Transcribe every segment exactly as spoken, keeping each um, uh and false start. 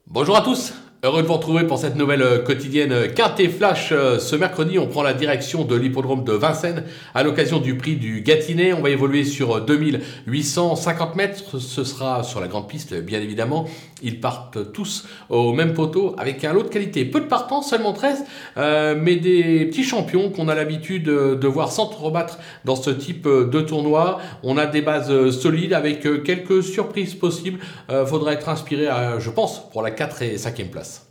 Bonjour à tous, heureux de vous retrouver pour cette nouvelle quotidienne Quintet Flash. Ce mercredi, on prend la direction de l'hippodrome de Vincennes à l'occasion du prix du Gâtinais. On va évoluer sur deux mille huit cent cinquante mètres, ce sera sur la grande piste bien évidemment. Ils partent tous au même poteau avec un lot de qualité. Peu de partants, seulement treize, euh, mais des petits champions qu'on a l'habitude de voir s'entrebattre dans ce type de tournoi. On a des bases solides avec quelques surprises possibles. Euh, faudra être inspiré, à, je pense, pour la quatre et cinquième place.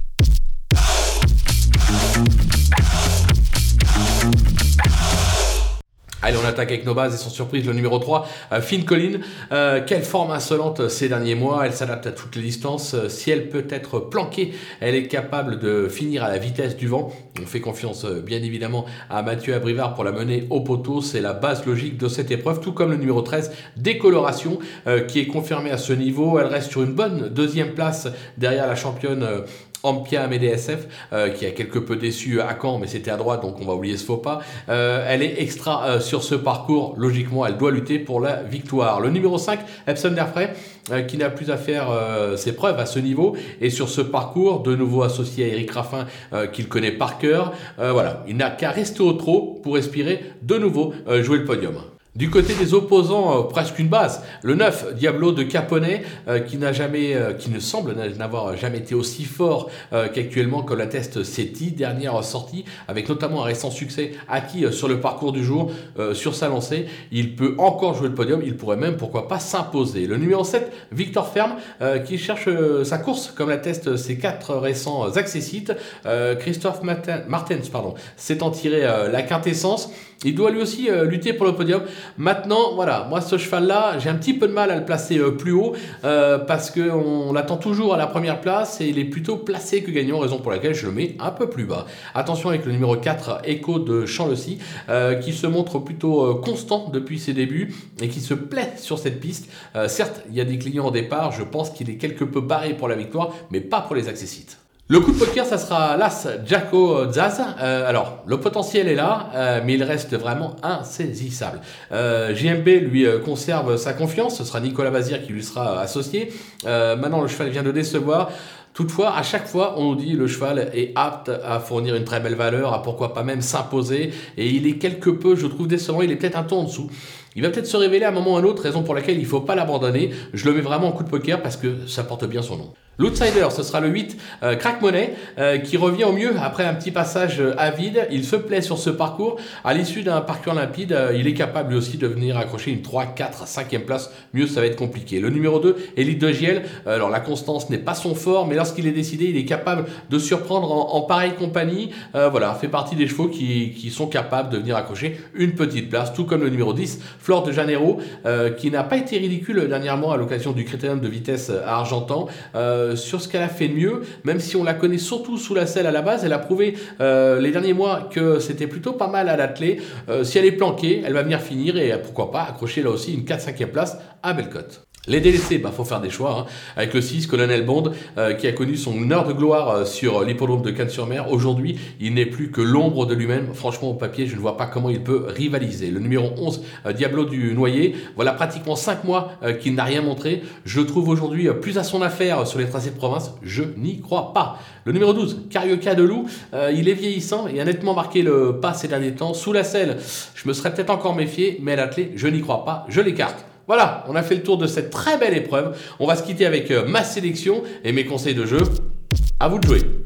Allez, on attaque avec nos bases et sans surprise le numéro trois, euh, Finn Colline. Euh, quelle forme insolente ces derniers mois, elle s'adapte à toutes les distances. Euh, si elle peut être planquée, elle est capable de finir à la vitesse du vent. On fait confiance euh, bien évidemment à Mathieu Abrivard pour la mener au poteau. C'est la base logique de cette épreuve, tout comme le numéro treize, Décoloration, euh, qui est confirmée à ce niveau. Elle reste sur une bonne deuxième place derrière la championne euh, Ampia Amédée S F, euh, qui a quelque peu déçu à Caen, mais c'était à droite, donc on va oublier ce faux pas. Euh, elle est extra euh, sur ce parcours. Logiquement, elle doit lutter pour la victoire. Le numéro cinq, Epson d'Airfray, euh, qui n'a plus à faire euh, ses preuves à ce niveau. Et sur ce parcours, de nouveau associé à Eric Raffin, euh, qu'il connaît par cœur. Euh, voilà, il n'a qu'à rester au trot pour espérer de nouveau euh, jouer le podium. Du côté des opposants, euh, presque une base. Le neuf, Diablo de Caponnet, euh, qui n'a jamais, euh, qui ne semble n'avoir jamais été aussi fort euh, qu'actuellement, comme l'atteste ses dix dernières sorties, avec notamment un récent succès acquis euh, sur le parcours du jour, euh, sur sa lancée. Il peut encore jouer le podium, il pourrait même, pourquoi pas, s'imposer. Le numéro sept, Victor Ferme, euh, qui cherche euh, sa course, comme l'attestent ses quatre récents accessites. Euh, Christophe Martin, Martens, pardon, s'étant tiré euh, la quintessence. Il doit lui aussi euh, lutter pour le podium. Maintenant, voilà, moi ce cheval-là, j'ai un petit peu de mal à le placer euh, plus haut euh, parce qu'on l'attend toujours à la première place et il est plutôt placé que gagnant, raison pour laquelle je le mets un peu plus bas. Attention avec le numéro quatre, Echo de Champ-le-Cy, euh, qui se montre plutôt euh, constant depuis ses débuts et qui se plaît sur cette piste. Euh, certes, il y a des clients au départ, je pense qu'il est quelque peu barré pour la victoire, mais pas pour les accessites. Le coup de poker, ça sera l'As Jaco Zaz. Euh, alors, le potentiel est là, euh, mais il reste vraiment insaisissable. Euh, J M B lui euh, conserve sa confiance. Ce sera Nicolas Bazir qui lui sera associé. Euh, maintenant, le cheval vient de décevoir. Toutefois, à chaque fois, on nous dit que le cheval est apte à fournir une très belle valeur, à pourquoi pas même s'imposer. Et il est quelque peu, je trouve, décevant. Il est peut-être un ton en dessous. Il va peut-être se révéler à un moment ou à un autre, raison pour laquelle il ne faut pas l'abandonner. Je le mets vraiment en coup de poker parce que ça porte bien son nom. L'outsider, ce sera le huit, euh, Crack Money, euh, qui revient au mieux après un petit passage euh, à vide. Il se plaît sur ce parcours. À l'issue d'un parcours limpide, euh, il est capable lui aussi de venir accrocher une trois, quatre, cinquième place. Mieux, ça va être compliqué. Le numéro deux, Elite de Giel. Euh, alors, la constance n'est pas son fort, mais lorsqu'il est décidé, il est capable de surprendre en, en pareille compagnie. Euh, voilà, fait partie des chevaux qui, qui sont capables de venir accrocher une petite place, tout comme le numéro dix, Flore de Janeiro, euh, qui n'a pas été ridicule dernièrement à l'occasion du Critérium de vitesse à Argentan. Euh, sur ce qu'elle a fait de mieux, même si on la connaît surtout sous la selle à la base, elle a prouvé euh, les derniers mois que c'était plutôt pas mal à l'atteler. Euh, si elle est planquée, elle va venir finir et pourquoi pas accrocher là aussi une quatre cinquième place à Bellecote. Les délaissés, bah faut faire des choix, hein. Avec le six, Colonel Bond, euh, qui a connu son heure de gloire euh, sur l'hippodrome de Cannes-sur-Mer. Aujourd'hui, il n'est plus que l'ombre de lui-même. Franchement, au papier, je ne vois pas comment il peut rivaliser. Le numéro onze, euh, Diablo du Noyer, voilà pratiquement cinq mois euh, qu'il n'a rien montré. Je le trouve aujourd'hui euh, plus à son affaire sur les tracés de province. Je n'y crois pas. Le numéro douze, Carioca de Loup, euh, il est vieillissant et a nettement marqué le pas ces derniers temps. Sous la selle, je me serais peut-être encore méfié, mais à l'attelé, je n'y crois pas. Je l'écarte. Voilà, on a fait le tour de cette très belle épreuve. On va se quitter avec ma sélection et mes conseils de jeu. À vous de jouer.